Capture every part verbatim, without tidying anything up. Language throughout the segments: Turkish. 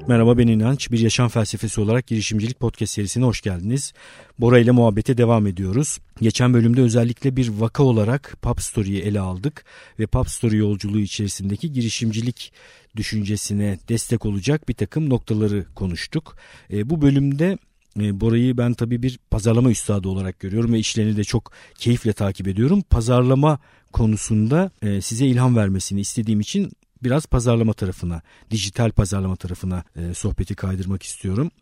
Merhaba, ben İnanç. Bir yaşam felsefesi olarak girişimcilik podcast serisine hoş geldiniz. Bora ile muhabbete devam ediyoruz. Geçen bölümde özellikle bir vaka olarak Pub Story'yi ele aldık ve Pub Story yolculuğu içerisindeki girişimcilik düşüncesine destek olacak bir takım noktaları konuştuk. E, bu bölümde e, Bora'yı ben tabii bir pazarlama üstadı olarak görüyorum ve işlerini de çok keyifle takip ediyorum. Pazarlama konusunda e, size ilham vermesini istediğim için biraz pazarlama tarafına, dijital pazarlama tarafına e, sohbeti kaydırmak istiyorum.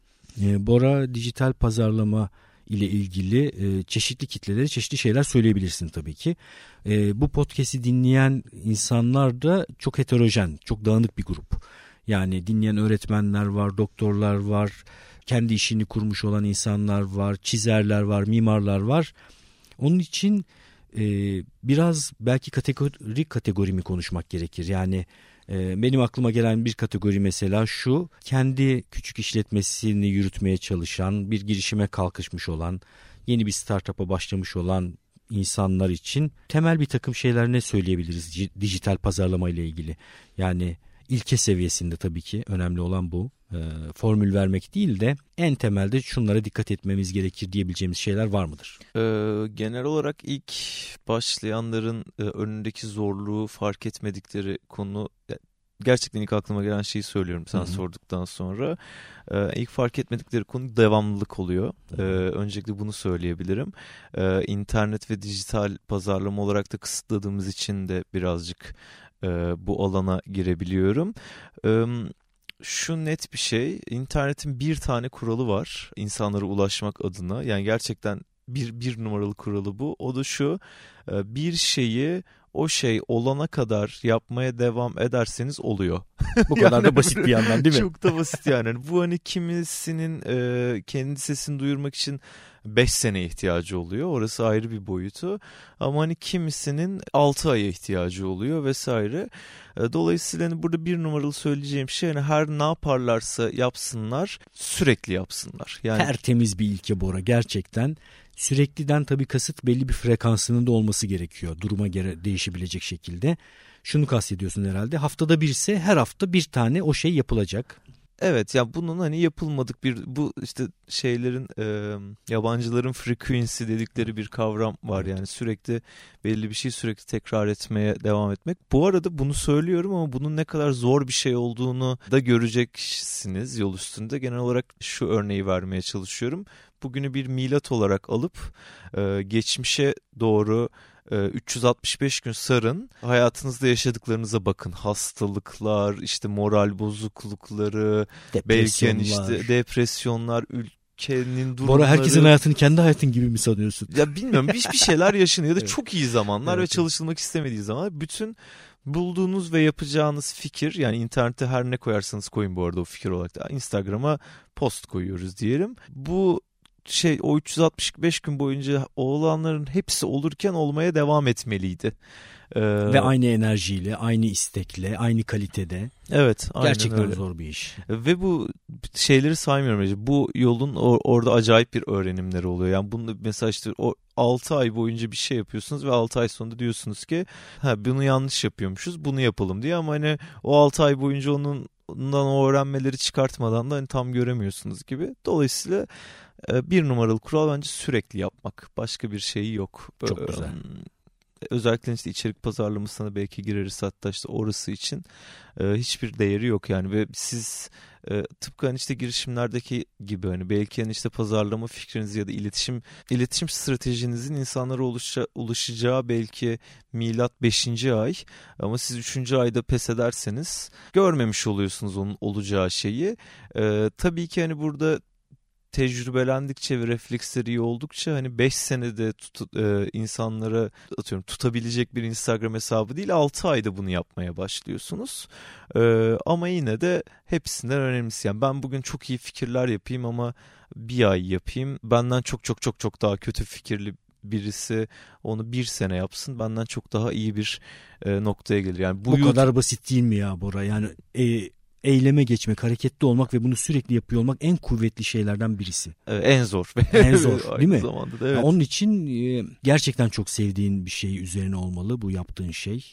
E, Bora, dijital pazarlama ile ilgili e, çeşitli kitlelere çeşitli şeyler söyleyebilirsin tabii ki. E, bu podcast'i dinleyen insanlar da çok heterojen, çok dağınık bir grup. Yani dinleyen öğretmenler var, doktorlar var, kendi işini kurmuş olan insanlar var, çizerler var, mimarlar var. Onun için Ee, biraz belki kategori kategori mi konuşmak gerekir? Yani e, benim aklıma gelen bir kategori mesela şu: kendi küçük işletmesini yürütmeye çalışan, bir girişime kalkışmış olan, yeni bir startup'a başlamış olan insanlar için temel bir takım şeyler ne söyleyebiliriz dijital pazarlama ile ilgili? Yani ilke seviyesinde tabii ki önemli olan bu. E, formül vermek değil de en temelde şunlara dikkat etmemiz gerekir diyebileceğimiz şeyler var mıdır? Ee, genel olarak ilk başlayanların e, önündeki zorluğu fark etmedikleri konu, gerçekten ilk aklıma gelen şeyi söylüyorum sen Hı-hı. sorduktan sonra. Ee, ilk fark etmedikleri konu devamlılık oluyor. Ee, öncelikle bunu söyleyebilirim. Ee, internet ve dijital pazarlama olarak da kısıtladığımız için de birazcık e, bu alana girebiliyorum. Evet. Şu net bir şey, internetin bir tane kuralı var insanlara ulaşmak adına. Yani gerçekten bir, bir numaralı kuralı bu. O da şu: bir şeyi o şey olana kadar yapmaya devam ederseniz oluyor. Bu kadar yani, da basit bir yandan değil mi? Çok da basit yani. Bu hani kimisinin e, kendi sesini duyurmak için beş sene ihtiyacı oluyor. Orası ayrı bir boyutu. Ama hani kimisinin altı aya ihtiyacı oluyor vesaire. Dolayısıyla hani burada bir numaralı söyleyeceğim şey, hani her ne yaparlarsa yapsınlar, sürekli yapsınlar. Yani tertemiz bir ilke Bora, gerçekten. Sürekliden tabii kasıt belli bir frekansının da olması gerekiyor. Duruma göre değişebilecek şekilde. Şunu kastediyorsun herhalde. Haftada birse her hafta bir tane o şey yapılacak. Evet ya, bunun hani yapılmadık bir, bu işte şeylerin e, yabancıların frequency dedikleri bir kavram var. Yani sürekli belli bir şey sürekli tekrar etmeye devam etmek. Bu arada bunu söylüyorum ama bunun ne kadar zor bir şey olduğunu da göreceksiniz yol üstünde. Genel olarak şu örneği vermeye çalışıyorum. Bugünü bir milat olarak alıp e, geçmişe doğru üç yüz altmış beş gün sarın, hayatınızda yaşadıklarınıza bakın. Hastalıklar, işte moral bozuklukları, belki yani işte depresyonlar, ülkenin durumları. Bora, herkesin hayatını kendi hayatın gibi mi sanıyorsun? Ya bilmiyorum, hiçbir şeyler yaşanıyor ya da evet. Çok iyi zamanlar evet. Ve çalışılmak istemediği zamanlar. Bütün bulduğunuz ve yapacağınız fikir, yani internette her ne koyarsanız koyun bu arada o fikir olarak da, Instagram'a post koyuyoruz diyelim. Bu şey, o üç yüz altmış beş gün boyunca olanların hepsi olurken olmaya devam etmeliydi. Ee, Ve aynı enerjiyle, aynı istekle, aynı kalitede. Evet, aynen gerçekten öyle. Zor bir iş. Ve bu şeyleri saymıyorum. Bu yolun or- orada acayip bir öğrenimleri oluyor. Yani bunu mesela işte o altı ay boyunca bir şey yapıyorsunuz ve altı ay sonunda diyorsunuz ki ha, bunu yanlış yapıyormuşuz, bunu yapalım diye, ama hani o altı ay boyunca onun ondan o öğrenmeleri çıkartmadan da hani tam göremiyorsunuz gibi. Dolayısıyla bir numaralı kural bence sürekli yapmak. Başka bir şeyi yok. Çok güzel. Özellikle işte içerik pazarlamasına belki gireriz, hatta işte orası için e, hiçbir değeri yok yani. Ve siz e, tıpkı hani işte girişimlerdeki gibi hani belki hani işte pazarlama fikrinizi ya da iletişim iletişim stratejinizin insanlara ulaşa, ulaşacağı belki milat beşinci ay, ama siz üçüncü ayda pes ederseniz görmemiş oluyorsunuz onun olacağı şeyi. E, tabii ki hani burada tecrübelendikçe ve refleksleri iyi oldukça hani beş senede tut, e, insanlara atıyorum tutabilecek bir Instagram hesabı değil, altı ayda bunu yapmaya başlıyorsunuz. E, ama yine de hepsinden önemlisi, yani ben bugün çok iyi fikirler yapayım ama bir ay yapayım, benden çok çok çok çok daha kötü fikirli birisi onu bir sene yapsın, benden çok daha iyi bir e, noktaya gelir. Yani bu, bu kadar YouTube... basit değil mi ya Bora? Yani e... eyleme geçmek, hareketli olmak ve bunu sürekli yapıyor olmak en kuvvetli şeylerden birisi. Evet, en zor. En zor değil mi? Zamanda da, evet. Yani onun için gerçekten çok sevdiğin bir şey üzerine olmalı bu yaptığın şey.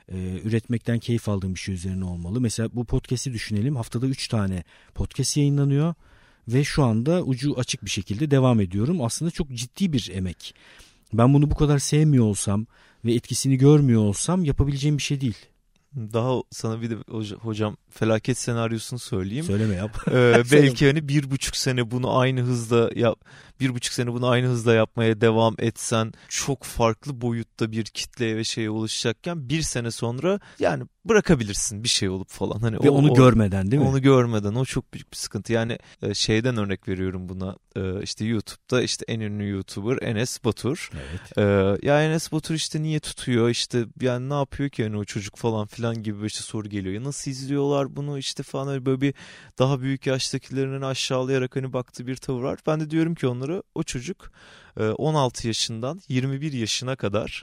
Ee, üretmekten keyif aldığım bir şey üzerine olmalı. Mesela bu podcast'i düşünelim. Haftada üç tane podcast yayınlanıyor ve şu anda ucu açık bir şekilde devam ediyorum. Aslında çok ciddi bir emek. Ben bunu bu kadar sevmiyor olsam ve etkisini görmüyor olsam yapabileceğim bir şey değil. Daha sana bir de hocam felaket senaryosunu söyleyeyim. Söyleme yap. Ee, belki hani bir buçuk sene bunu aynı hızda yap, bir buçuk sene bunu aynı hızda yapmaya devam etsen çok farklı boyutta bir kitleye ve şeye ulaşacakken bir sene sonra yani bırakabilirsin bir şey olup falan. Hani ve o, onu o, görmeden değil mi? Onu görmeden o çok büyük bir sıkıntı. Yani şeyden örnek veriyorum buna. İşte YouTube'da işte en ünlü YouTuber Enes Batur. Evet. Ee, ya Enes Batur işte niye tutuyor işte yani ne yapıyor ki yani o çocuk falan filan gibi işte soru geliyor. Ya nasıl izliyorlar bunu işte falan hani böyle bir daha büyük yaştakilerinin aşağılayarak hani baktığı bir tavır var. Ben de diyorum ki onlara o çocuk on altı yaşından yirmi bir yaşına kadar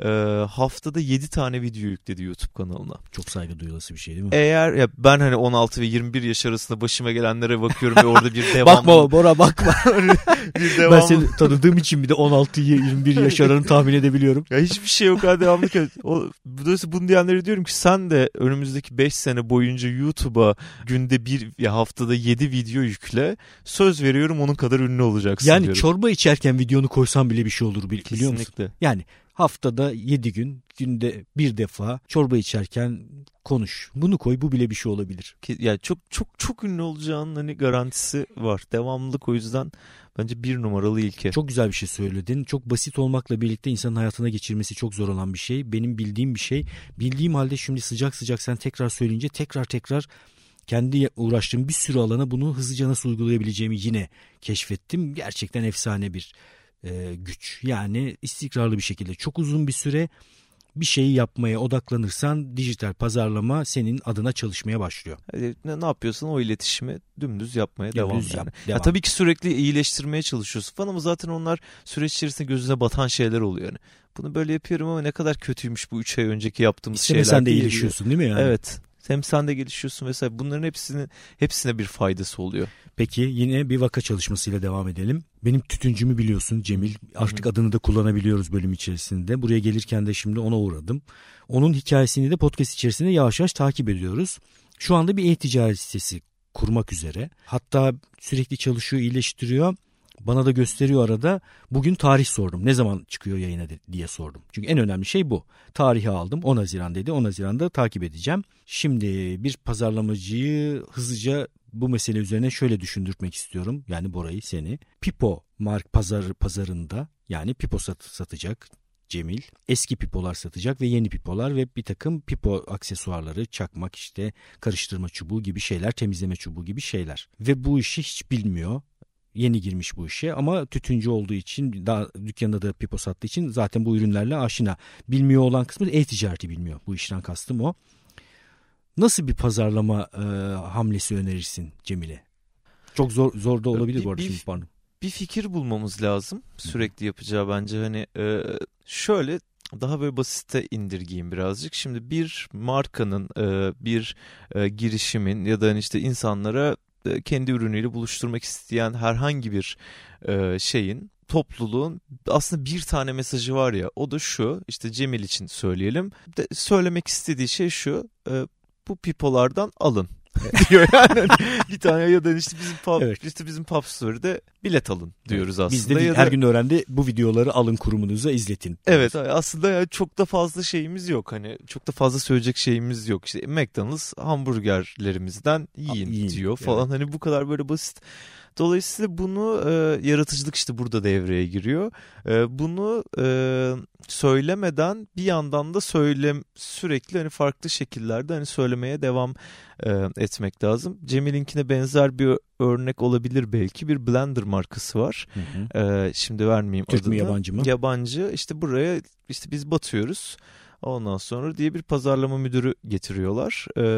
haftada yedi tane video yükledi YouTube kanalına. Çok saygı duyulası bir şey değil mi? Eğer ya ben hani on altı ve yirmi bir yaş arasında başıma gelenlere bakıyorum ve orada bir devam. Bakma Bora bakma. bir devam. Ben seni tanıdığım için bir de on altı yirmi bir yaş aralığını tahmin edebiliyorum. Ya hiçbir şey yok ha devamlık. O, dolayısıyla bunu diyenlere diyorum ki sen de önümüzdeki beş sene boyunca YouTube'a günde bir ya haftada yedi video yükle. Söz veriyorum onun kadar ünlü olacaksın yani diyorum. Çorba içerken videonu koysan bile bir şey olur biliyor musun? Kesinlikle. Yani haftada yedi gün günde bir defa çorba içerken konuş. Bunu koy bu bile bir şey olabilir. Yani çok çok çok ünlü olacağının hani garantisi var. Devamlılık o yüzden bence bir numaralı ilke. Çok güzel bir şey söyledin. Çok basit olmakla birlikte insanın hayatına geçirmesi çok zor olan bir şey. Benim bildiğim bir şey. Bildiğim halde şimdi sıcak sıcak sen tekrar söyleyince tekrar tekrar kendi uğraştığım bir sürü alana bunu hızlıca nasıl uygulayabileceğimi yine keşfettim. Gerçekten efsane bir e, güç. Yani istikrarlı bir şekilde çok uzun bir süre bir şeyi yapmaya odaklanırsan dijital pazarlama senin adına çalışmaya başlıyor. Ne, ne yapıyorsan o iletişimi dümdüz yapmaya ya devam. Düz Yani. yap, devam. Ya tabii ki sürekli iyileştirmeye çalışıyorsun falan ama zaten onlar süreç içerisinde gözüne batan şeyler oluyor. Yani. Bunu böyle yapıyorum ama ne kadar kötüymüş bu üç ay önceki yaptığımız İsteme şeyler. sen de iyileşiyorsun değil mi yani? Evet. Hem sen de gelişiyorsun vesaire. Bunların hepsinin hepsine bir faydası oluyor. Peki yine bir vaka çalışmasıyla devam edelim. Benim tütüncümü biliyorsun Cemil. Artık Hı-hı. adını da kullanabiliyoruz bölüm içerisinde. Buraya gelirken de şimdi ona uğradım. Onun hikayesini de podcast içerisinde yavaş yavaş takip ediyoruz. Şu anda bir e-ticaret sitesi kurmak üzere. Hatta sürekli çalışıyor, iyileştiriyor. Bana da gösteriyor arada. Bugün tarih sordum. Ne zaman çıkıyor yayına diye sordum. Çünkü en önemli şey bu. Tarihi aldım. on Haziran dedi. on Haziran'da takip edeceğim. Şimdi bir pazarlamacıyı hızlıca bu mesele üzerine şöyle düşündürtmek istiyorum. Yani Bora'yı, seni. Pipo mark pazar pazarında yani pipo sat, satacak Cemil. Eski pipolar satacak ve yeni pipolar ve bir takım pipo aksesuarları, çakmak işte, karıştırma çubuğu gibi şeyler, temizleme çubuğu gibi şeyler. Ve bu işi hiç bilmiyor. Yeni girmiş bu işe ama tütüncü olduğu için, daha dükkanında da pipo sattığı için zaten bu ürünlerle aşina. Bilmiyor olan kısmı e-ticareti bilmiyor. Bu işten kastım o. Nasıl bir pazarlama e, hamlesi önerirsin Cemil'e? Çok zor zor da olabilir bir, bu arada bir, şimdi pardon. Bir fikir bulmamız lazım. Sürekli yapacağı bence hani e, şöyle daha böyle basite indirgeyim birazcık. Şimdi bir markanın, e, bir e, girişimin ya da hani işte insanlara kendi ürünüyle buluşturmak isteyen herhangi bir e, şeyin, topluluğun aslında bir tane mesajı var ya, o da şu, işte Cemil için söyleyelim, de, söylemek istediği şey şu, e, bu pipolardan alın diyor yani. Bir tane ya da işte bizim pub, evet. işte bizim Pub Story'de bilet alın diyoruz aslında. Biz de ya her da, gün öğrendi, bu videoları alın kurumunuza izletin. Evet, aslında yani çok da fazla şeyimiz yok. Hani çok da fazla söyleyecek şeyimiz yok. İşte McDonald's hamburgerlerimizden yiyin, yiyin diyor falan. Evet. Hani bu kadar böyle basit. Dolayısıyla bunu e, yaratıcılık işte burada devreye giriyor. E, bunu e, söylemeden bir yandan da söyle sürekli hani farklı şekillerde hani söylemeye devam e, etmek lazım. Cemil'inkine benzer bir örnek olabilir belki. Bir blender markası var. Hı hı. E, şimdi vermeyeyim Türk adını. mü yabancı mı? Yabancı. İşte buraya işte biz batıyoruz. Ondan sonra diye bir pazarlama müdürü getiriyorlar. Ee,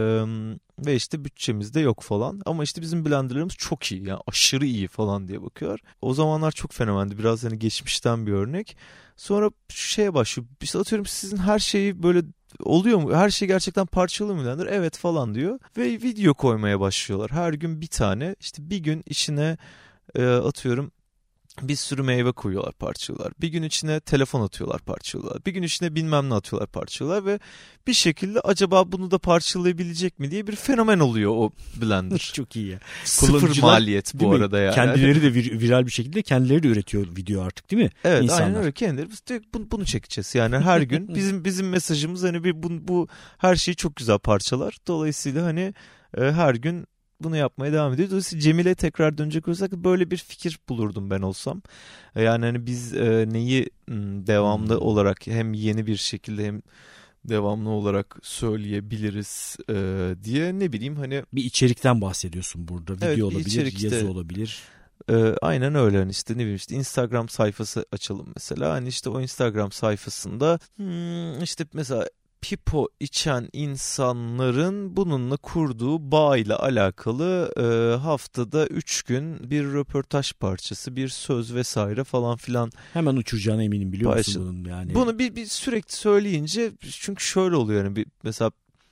ve işte bütçemiz de yok falan. Ama işte bizim blenderlarımız çok iyi. Yani aşırı iyi falan diye bakıyor. O zamanlar çok fenomendi. Biraz hani geçmişten bir örnek. Sonra şeye başlıyor. İşte atıyorum sizin her şeyi böyle oluyor mu? Her şey gerçekten parçalı mı blender? Evet falan diyor. Ve video koymaya başlıyorlar. Her gün bir tane. İşte bir gün içine e, atıyorum bir sürü meyve koyuyorlar, parçalıyorlar. Bir gün içine telefon atıyorlar, parçalıyorlar. Bir gün içine bilmem ne atıyorlar, parçalıyorlar ve bir şekilde acaba bunu da parçalayabilecek mi diye bir fenomen oluyor o blender. Çok iyi ya. Sıfır maliyet bu arada yani. Kendileri de vir, viral bir şekilde kendileri de üretiyor video artık, değil mi? Evet, İnsanlar. aynen öyle. Kendileri bunu, bunu çekeceğiz yani her gün. Bizim bizim mesajımız hani bir bu, bu her şeyi çok güzel parçalar. Dolayısıyla hani e, her gün bunu yapmaya devam ediyor. Dolayısıyla Cemile tekrar dönecek olursak böyle bir fikir bulurdum ben olsam. Yani hani biz e, neyi m, devamlı hmm. olarak hem yeni bir şekilde hem devamlı olarak söyleyebiliriz e, diye, ne bileyim hani. Bir içerikten bahsediyorsun burada. Video evet, olabilir, içerikte, yazı olabilir. E, aynen öyle, hani işte ne bileyim işte Instagram sayfası açalım mesela. Hani işte o Instagram sayfasında hmm, işte mesela pipo içen insanların bununla kurduğu bağıyla alakalı e, haftada üç gün bir röportaj parçası, bir söz vesaire falan filan. Hemen uçuracağına eminim, biliyor musun bunun yani. Bunu bir, bir sürekli söyleyince, çünkü şöyle oluyor yani, bir mesela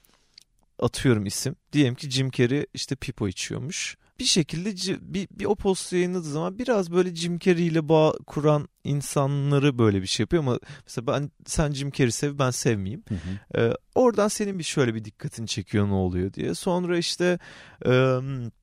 atıyorum isim. Diyelim ki Jim Carrey işte pipo içiyormuş. Bir şekilde bir, bir o post yayınladığı zaman biraz böyle Jim Carrey ile bağ kuran insanları böyle bir şey yapıyor ama mesela ben, sen Jim Carrey sev, ben sevmeyeyim. Hı hı. Ee, oradan senin bir şöyle bir dikkatini çekiyor, ne oluyor diye. Sonra işte e,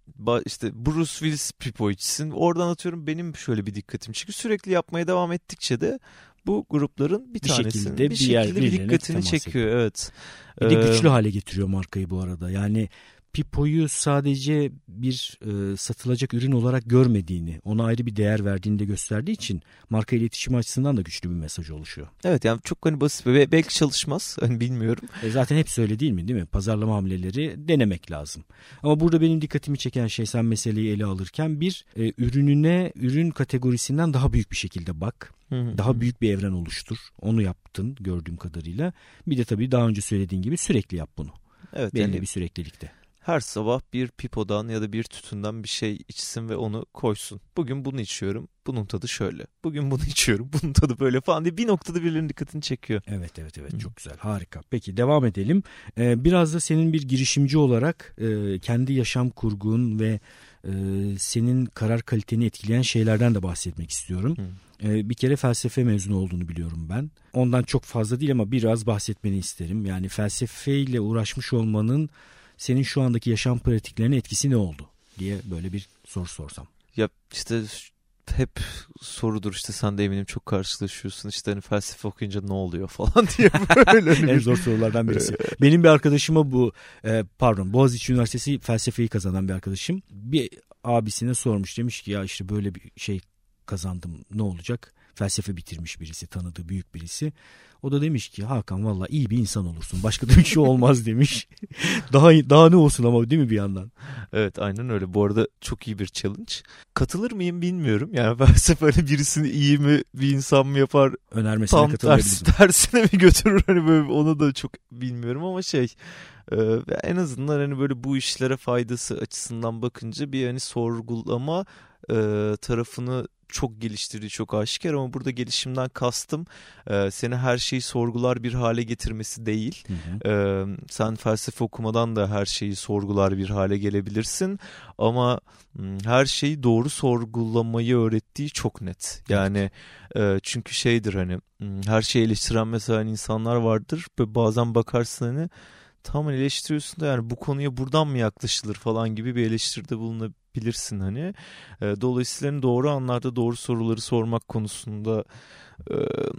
işte Bruce Willis pipo içsin. Oradan atıyorum benim şöyle bir dikkatimi çekiyor. Sürekli yapmaya devam ettikçe de bu grupların bir, bir tanesinin şekilde, bir, bir şekilde bir dikkatini çekiyor. Evet. Bir de güçlü hale getiriyor markayı bu arada. Yani pipoyu sadece bir e, satılacak ürün olarak görmediğini, ona ayrı bir değer verdiğini de gösterdiği için marka iletişimi açısından da güçlü bir mesaj oluşuyor. Evet, yani çok hani basit ve belki çalışmaz, hani bilmiyorum. E zaten hep öyle değil mi, değil mi? Pazarlama hamleleri denemek lazım. Ama burada benim dikkatimi çeken şey, sen meseleyi ele alırken bir e, ürününe, ürün kategorisinden daha büyük bir şekilde bak. Hı hı. Daha büyük bir evren oluştur. Onu yaptın gördüğüm kadarıyla. Bir de tabii daha önce söylediğin gibi sürekli yap bunu. Evet, belli yani bir süreklilikte. Her sabah bir pipodan ya da bir tütünden bir şey içsin ve onu koysun. Bugün bunu içiyorum, bunun tadı şöyle. Bugün bunu içiyorum, bunun tadı böyle falan diye bir noktada birilerinin dikkatini çekiyor. Evet evet evet, çok güzel, harika. Peki devam edelim. Ee, biraz da senin bir girişimci olarak e, kendi yaşam kurgun ve e, senin karar kaliteni etkileyen şeylerden de bahsetmek istiyorum. Hı. Ee, bir kere felsefe mezunu olduğunu biliyorum ben. Ondan çok fazla değil ama biraz bahsetmeni isterim. Yani felsefeyle uğraşmış olmanın senin şu andaki yaşam pratiklerine etkisi ne oldu diye böyle bir soru sorsam. Ya işte hep sorudur işte, sen de eminim çok karşılaşıyorsun işte hani felsefe okuyunca ne oluyor falan diye böyle. En zor sorulardan birisi. Benim bir arkadaşıma bu pardon Boğaziçi Üniversitesi felsefeyi kazanan bir arkadaşım bir abisine sormuş, demiş ki ya işte böyle bir şey kazandım, ne olacak? Felsefe bitirmiş birisi, tanıdığı büyük birisi. O da demiş ki Hakan valla iyi bir insan olursun. Başka da bir şey olmaz demiş. daha daha ne olsun ama, değil mi bir yandan? Evet, aynen öyle. Bu arada çok iyi bir challenge. Katılır mıyım bilmiyorum. Yani felsefe hani birisini iyi mi bir insan mı yapar? Önermesine tam tersi, tersine mi götürür? Hani böyle, onu da çok bilmiyorum ama şey e, en azından hani böyle bu işlere faydası açısından bakınca bir hani sorgulama e, tarafını çok geliştirdiği çok aşikar, ama burada gelişimden kastım e, seni her şeyi sorgular bir hale getirmesi değil. Hı hı. E, sen felsefe okumadan da her şeyi sorgular bir hale gelebilirsin ama m, her şeyi doğru sorgulamayı öğrettiği çok net. Yani e, çünkü şeydir hani m, her şeyi eleştiren mesela insanlar vardır ve bazen bakarsın hani tam eleştiriyorsun da yani bu konuya buradan mı yaklaşılır falan gibi bir eleştiride bulunabilirsin hani. E, dolayısıyla doğru anlarda doğru soruları sormak konusunda e,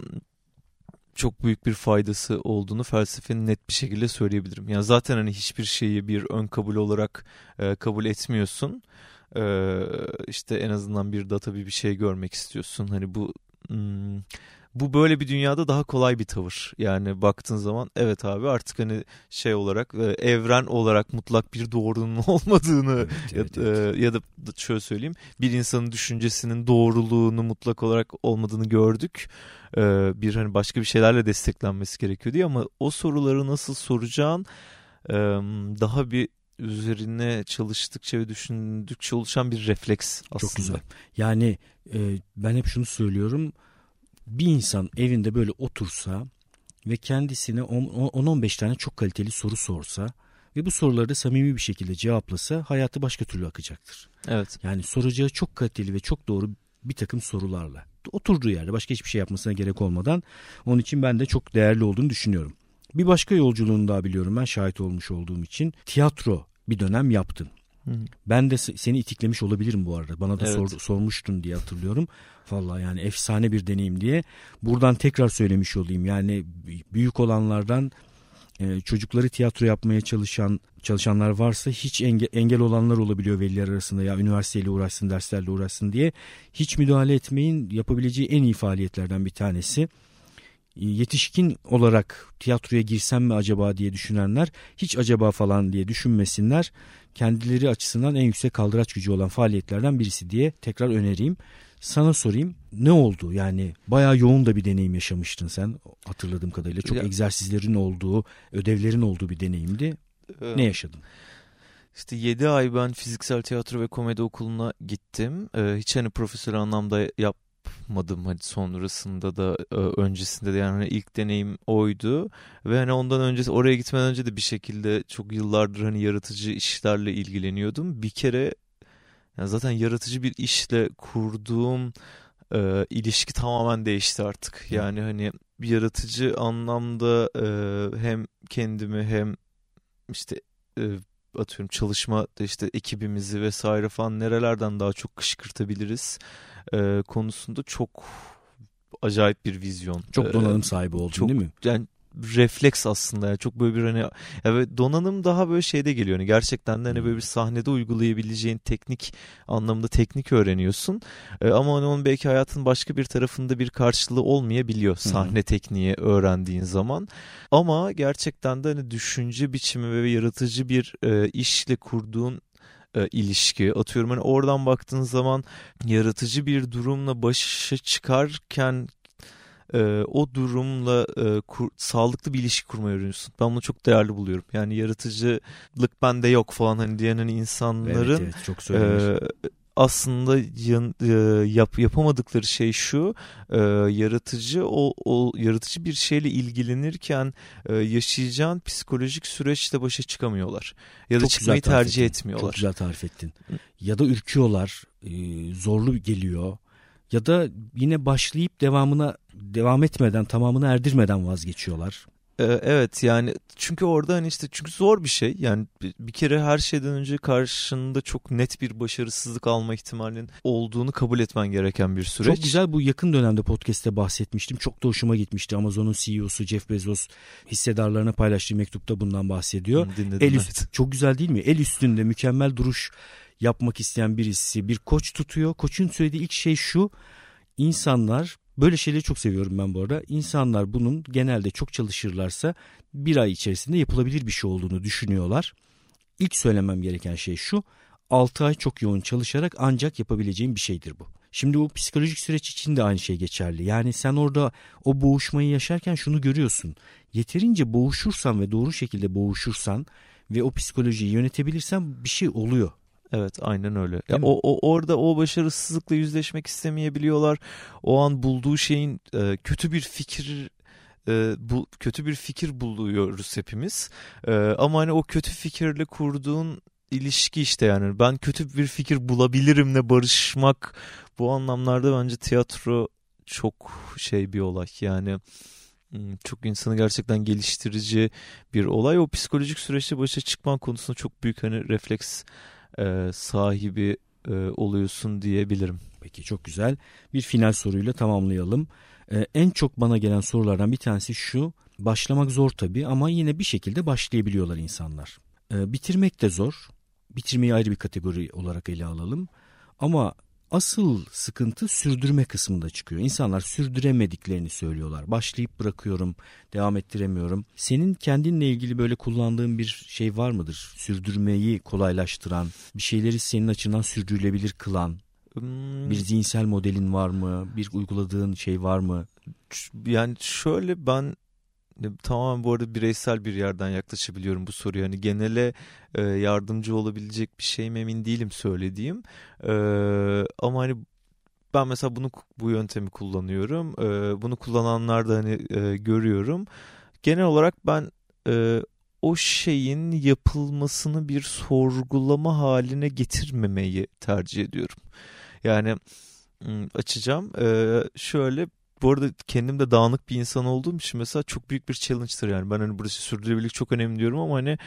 çok büyük bir faydası olduğunu felsefenin net bir şekilde söyleyebilirim. Yani zaten hani hiçbir şeyi bir ön kabul olarak e, kabul etmiyorsun. E, işte en azından bir data bir bir şey görmek istiyorsun. Hani bu hmm, bu böyle bir dünyada daha kolay bir tavır. Yani baktığın zaman evet abi artık hani şey olarak evren olarak mutlak bir doğrunun olmadığını evet, evet, ya, evet. ya da şöyle söyleyeyim, bir insanın düşüncesinin doğruluğunu mutlak olarak olmadığını gördük. Bir hani başka bir şeylerle desteklenmesi gerekiyor diye, ama o soruları nasıl soracağın daha bir üzerine çalıştıkça ve düşündükçe oluşan bir refleks aslında. Çok güzel. Yani e, ben hep şunu söylüyorum. Bir insan evinde böyle otursa ve kendisine on on beş tane çok kaliteli soru sorsa ve bu soruları da samimi bir şekilde cevaplasa hayatı başka türlü akacaktır. Evet. Yani soracağı çok kaliteli ve çok doğru bir takım sorularla. Oturduğu yerde başka hiçbir şey yapmasına gerek olmadan. Onun için ben de çok değerli olduğunu düşünüyorum. Bir başka yolculuğunu daha biliyorum ben, şahit olmuş olduğum için. Tiyatro bir dönem yaptın. Hı. Ben de seni itiklemiş olabilirim bu arada. Bana da evet. sor, sormuştun diye hatırlıyorum. Vallahi yani efsane bir deneyim diye. Buradan tekrar söylemiş olayım. Yani büyük olanlardan e, çocukları tiyatro yapmaya çalışan çalışanlar varsa hiç enge, engel olanlar olabiliyor veliler arasında. Ya üniversiteyle uğraşsın, derslerle uğraşsın diye. Hiç müdahale etmeyin. Yapabileceği en iyi faaliyetlerden bir tanesi. Yetişkin olarak tiyatroya girsem mi acaba diye düşünenler hiç acaba falan diye düşünmesinler. Kendileri açısından en yüksek kaldıraç gücü olan faaliyetlerden birisi diye tekrar önereyim. Sana sorayım, ne oldu? Yani bayağı yoğun da bir deneyim yaşamıştın sen hatırladığım kadarıyla. Çok ya, egzersizlerin olduğu, ödevlerin olduğu bir deneyimdi. E, ne yaşadın? İşte yedi ay ben fiziksel tiyatro ve komedi okuluna gittim. Ee, hiç hani profesyonel anlamda yap yapmadım hadi sonrasında da öncesinde de, yani hani ilk deneyim oydu ve hani ondan önce, oraya gitmeden önce de bir şekilde çok yıllardır hani yaratıcı işlerle ilgileniyordum. Bir kere yani zaten yaratıcı bir işle kurduğum e, ilişki tamamen değişti artık. Yani hani bir yaratıcı anlamda e, hem kendimi hem işte e, atıyorum çalışmada işte ekibimizi vesaire falan nerelerden daha çok kışkırtabiliriz e, konusunda çok acayip bir vizyon. Çok donanım sahibi oldun çok, değil mi? Yani refleks aslında, yani çok böyle bir hani evet, donanım daha böyle şeyde geliyor. Yani gerçekten de hani böyle bir sahnede uygulayabileceğin teknik anlamda teknik öğreniyorsun. E, ama hani onun belki hayatın başka bir tarafında bir karşılığı olmayabiliyor sahne tekniği öğrendiğin zaman. Ama gerçekten de hani düşünce biçimi ve yaratıcı bir e, işle kurduğun E, ilişki, atıyorum hani oradan baktığın zaman yaratıcı bir durumla başa çıkarken e, o durumla e, kur, sağlıklı bir ilişki kurmayı öğreniyorsun. Ben bunu çok değerli buluyorum. Yani yaratıcılık bende yok falan hani diyen hani insanların evet, evet, çok söylenir. E, aslında yan, e, yap, yapamadıkları şey şu, e, yaratıcı o, o yaratıcı bir şeyle ilgilenirken e, yaşayacağın psikolojik süreçle başa çıkamıyorlar ya da çok çıkmayı tercih ettin. etmiyorlar. Çok güzel tarif ettin. Ya da ürküyorlar, e, zorlu geliyor ya da yine başlayıp devamına devam etmeden, tamamını erdirmeden vazgeçiyorlar. Evet yani çünkü orada hani işte çünkü zor bir şey yani bir kere her şeyden önce karşında çok net bir başarısızlık alma ihtimalinin olduğunu kabul etmen gereken bir süreç. Çok güzel, bu yakın dönemde podcast'te bahsetmiştim, çok da hoşuma gitmişti. Amazon'un C E O'su Jeff Bezos hissedarlarına paylaştığı mektupta bundan bahsediyor. Dinledim, El üst, evet. Çok güzel değil mi? El üstünde mükemmel duruş yapmak isteyen birisi bir koç tutuyor. Koçun söylediği ilk şey şu: insanlar, böyle şeyleri çok seviyorum ben bu arada. İnsanlar bunun genelde çok çalışırlarsa bir ay içerisinde yapılabilir bir şey olduğunu düşünüyorlar. İlk söylemem gereken şey şu: altı ay çok yoğun çalışarak ancak yapabileceğim bir şeydir bu. Şimdi bu psikolojik süreç için de aynı şey geçerli. Yani sen orada o boğuşmayı yaşarken şunu görüyorsun: yeterince boğuşursan ve doğru şekilde boğuşursan ve o psikolojiyi yönetebilirsen bir şey oluyor. Evet, aynen öyle. Ya o, o orada o başarısızlıkla yüzleşmek istemeyebiliyorlar. O an bulduğu şeyin e, kötü bir fikir e, bu kötü bir fikir buluyoruz hepimiz. E, ama hani o kötü fikirle kurduğun ilişki işte, yani ben kötü bir fikir bulabilirimle barışmak, bu anlamlarda bence tiyatro çok şey bir olay. Yani çok insanı gerçekten geliştirici bir olay. O psikolojik süreçte başa çıkman konusunda çok büyük hani refleks e, sahibi e, oluyorsun diyebilirim. Peki, çok güzel. Bir final soruyla tamamlayalım. Ee, en çok bana gelen sorulardan bir tanesi şu: başlamak zor tabii ama yine bir şekilde başlayabiliyorlar insanlar. Ee, bitirmek de zor. Bitirmeyi ayrı bir kategori olarak ele alalım. Ama asıl sıkıntı sürdürme kısmında çıkıyor. İnsanlar sürdüremediklerini söylüyorlar. Başlayıp bırakıyorum, devam ettiremiyorum. Senin kendinle ilgili böyle kullandığın bir şey var mıdır? Sürdürmeyi kolaylaştıran, bir şeyleri senin açından sürdürülebilir kılan hmm. bir zihinsel modelin var mı? Bir uyguladığın şey var mı? Yani şöyle, ben tamamen bu arada bireysel bir yerden yaklaşabiliyorum bu soruya. Hani genele e, yardımcı olabilecek bir şeyim emin değilim söylediğim. E, ama hani ben mesela bunu bu yöntemi kullanıyorum. E, bunu kullananlar da hani e, görüyorum. Genel olarak ben e, o şeyin yapılmasını bir sorgulama haline getirmemeyi tercih ediyorum. Yani açacağım. Ee, şöyle bu arada kendim de dağınık bir insan olduğum için mesela çok büyük bir challenge'tır yani. Ben hani burası sürdürülebilirlik çok önemli diyorum ama hani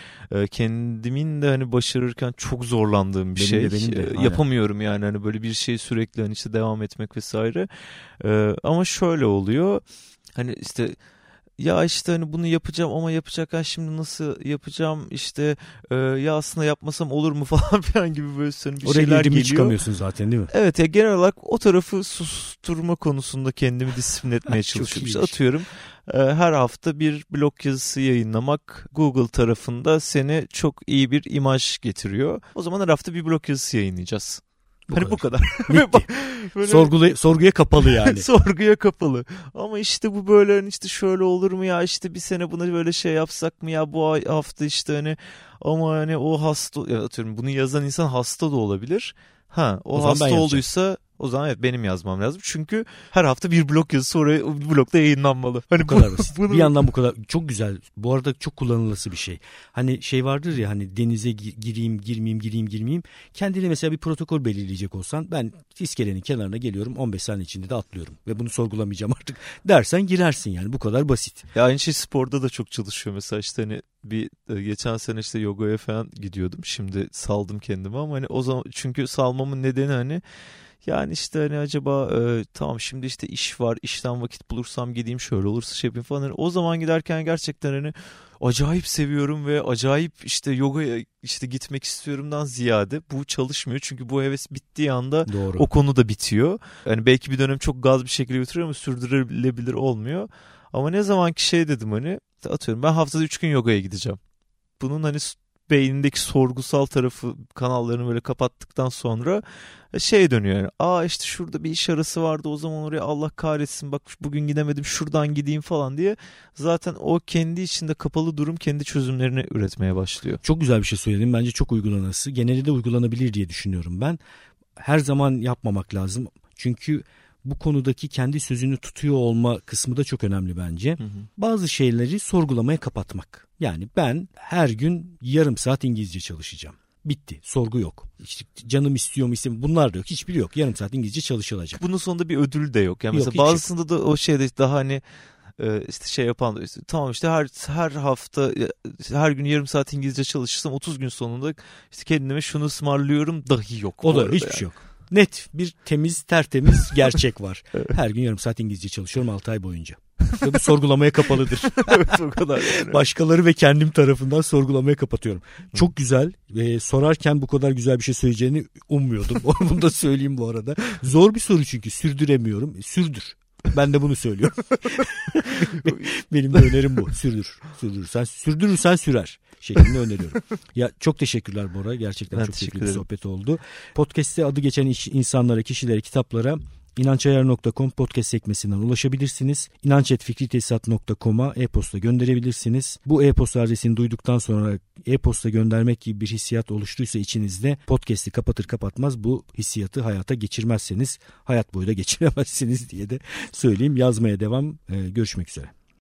kendimin de hani başarırken çok zorlandığım bir benim şey. De, benim de, aynen. Yapamıyorum yani hani böyle bir şey sürekli hani işte devam etmek vesaire. Ee, ama şöyle oluyor. Hani işte ya işte hani bunu yapacağım ama yapacakken şimdi nasıl yapacağım işte e, ya aslında yapmasam olur mu falan filan gibi böyle bir Oraya şeyler geliyor. Oraya çıkamıyorsun zaten değil mi? Evet ya genel olarak o tarafı susturma konusunda kendimi disiplin etmeye çalışıyorum. İşte atıyorum e, her hafta bir blog yazısı yayınlamak Google tarafında seni çok iyi bir imaj getiriyor. O zaman her hafta bir blog yazısı yayınlayacağız. Bu hani kadar. Bu kadar. Böyle... Sorgula, sorguya kapalı yani. Sorguya kapalı. Ama işte bu böyle işte şöyle olur mu ya işte bir sene buna böyle şey yapsak mı ya bu hafta işte hani ama hani o hasta ya atıyorum bunu yazan insan hasta da olabilir. Ha o, o hasta olduysa o zaman evet benim yazmam lazım. Çünkü her hafta bir blog yazısı oraya bir blogda yayınlanmalı. Hani bu kadar basit. Bunu... Bir yandan bu kadar çok güzel. Bu arada çok kullanılası bir şey. Hani şey vardır ya hani denize gireyim, girmeyeyim, gireyim, girmeyeyim. Kendine mesela bir protokol belirleyecek olsan ben iskelenin kenarına geliyorum on beş saniye içinde de atlıyorum ve bunu sorgulamayacağım artık dersen girersin yani bu kadar basit. Ya aynı şey sporda da çok çalışıyor mesela işte hani bir geçen sene işte yogaya falan gidiyordum. Şimdi saldım kendimi ama hani o zaman çünkü salmamın nedeni hani yani işte hani acaba e, tamam şimdi işte iş var işten vakit bulursam gideyim şöyle olursa şey yapayım falan. Yani o zaman giderken gerçekten hani acayip seviyorum ve acayip işte yogaya işte gitmek istiyorumdan ziyade bu çalışmıyor. Çünkü bu heves bittiği anda Doğru. o konu da bitiyor. Yani belki bir dönem çok gaz bir şekilde götürüyor ama sürdürülebilir olmuyor. Ama ne zamanki şey dedim hani atıyorum ben haftada üç gün yogaya gideceğim. Bunun hani beynindeki sorgusal tarafı kanallarını böyle kapattıktan sonra şey dönüyor yani. Aa işte şurada bir iş arası vardı o zaman oraya Allah kahretsin bak bugün gidemedim şuradan gideyim falan diye. Zaten o kendi içinde kapalı durum kendi çözümlerini üretmeye başlıyor. Çok güzel bir şey söyledin. Bence çok uygulanası. Genelde de uygulanabilir diye düşünüyorum ben. Her zaman yapmamak lazım. Çünkü bu konudaki kendi sözünü tutuyor olma kısmı da çok önemli bence. Hı hı. Bazı şeyleri sorgulamaya kapatmak. Yani ben her gün yarım saat İngilizce çalışacağım. Bitti. Sorgu yok. İşte canım istiyor mu istemiyor bunlar da yok. Hiçbiri yok. Yarım saat İngilizce çalışılacak. Bunun sonunda bir ödül de yok. Yani yok, mesela bazısında yok. Da o şeyde daha hani işte şey yapan da işte, tamam işte her her hafta her gün yarım saat İngilizce çalışırsam otuz gün sonunda işte kendime şunu ısmarlıyorum dahi yok. O da hiçbir yani. Şey yok. Net bir temiz tertemiz gerçek var. Evet. Her gün yarım saat İngilizce çalışıyorum altı ay boyunca. Ve bu sorgulamaya kapalıdır. Evet o kadar yani. Başkaları ve kendim tarafından sorgulamaya kapatıyorum. Çok güzel. Ee, sorarken bu kadar güzel bir şey söyleyeceğini ummuyordum. Bunu da söyleyeyim bu arada. Zor bir soru çünkü sürdüremiyorum. Sürdür. Ben de bunu söylüyorum. Benim de önerim bu. Sürdür. Sürdürürsen, sürdürürsen sürer şeklinde öneriyorum. Ya çok teşekkürler Bora. Gerçekten ben çok keyifli bir sohbet oldu. Podcast'te adı geçen iş, insanlara, kişilere, kitaplara inançayar nokta com podcast sekmesinden ulaşabilirsiniz. inanç et fikritesisat nokta com'a e-posta gönderebilirsiniz. Bu e-posta adresini duyduktan sonra e-posta göndermek gibi bir hissiyat oluştuysa içinizde podcast'i kapatır kapatmaz bu hissiyatı hayata geçirmezseniz hayat boyu da geçiremezsiniz diye de söyleyeyim. Yazmaya devam. Ee, görüşmek üzere.